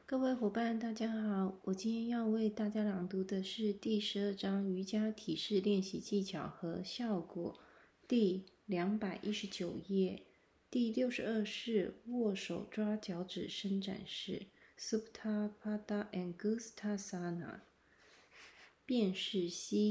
各位伙伴，大家好！我今天要为大家朗读的是第12章瑜伽体式练习技巧和效果，第219页，第62式握手抓脚趾伸展式 Supta Pada Angustasana。变式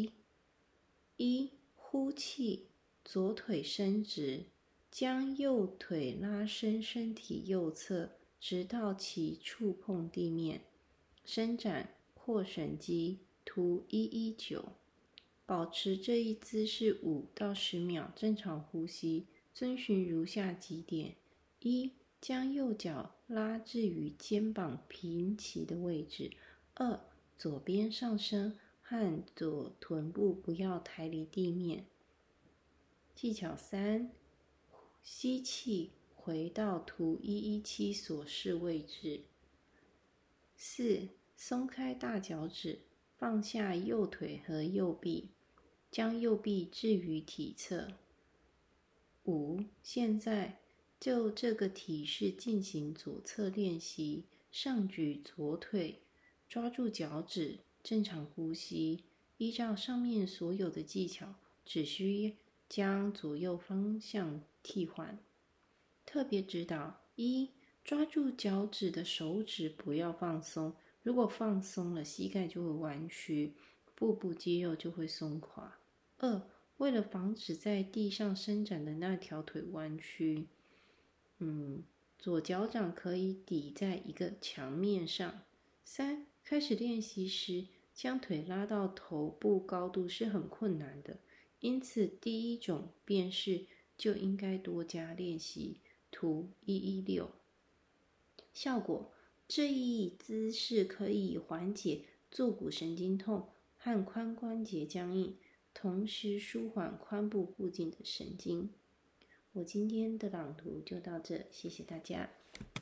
C。1. 呼气，左腿伸直，将右腿拉伸身体右侧，直到其触碰地面。伸展腘绳肌，图119。保持这一姿势5到10秒，正常呼吸。遵循如下几点： 1. 将右脚拉至与肩膀平齐的位置。2. 左边上身和左臀部不要抬离地面。技巧3，吸气，回到图117所示位置。4. 松开大脚趾，放下右腿和右臂，将右臂置于体侧。5. 现在就这个体式进行左侧练习。上举左腿，抓住脚趾，正常呼吸。依照上面所有的技巧，只需将左右方向替换。特别指导：1. 抓住脚趾的手指不要放松，如果放松了，膝盖就会弯曲，腹部肌肉就会松垮。2. 为了防止在地上伸展的那条腿弯曲，左脚掌可以抵在一个墙面上。3. 开始练习时，将腿拉到头部高度是很困难的，因此第一种变式就应该多加练习。图116。效果：这一姿势可以缓解坐骨神经痛和髋关节僵硬，同时舒缓髋部附近的神经。我今天的朗读就到这，谢谢大家。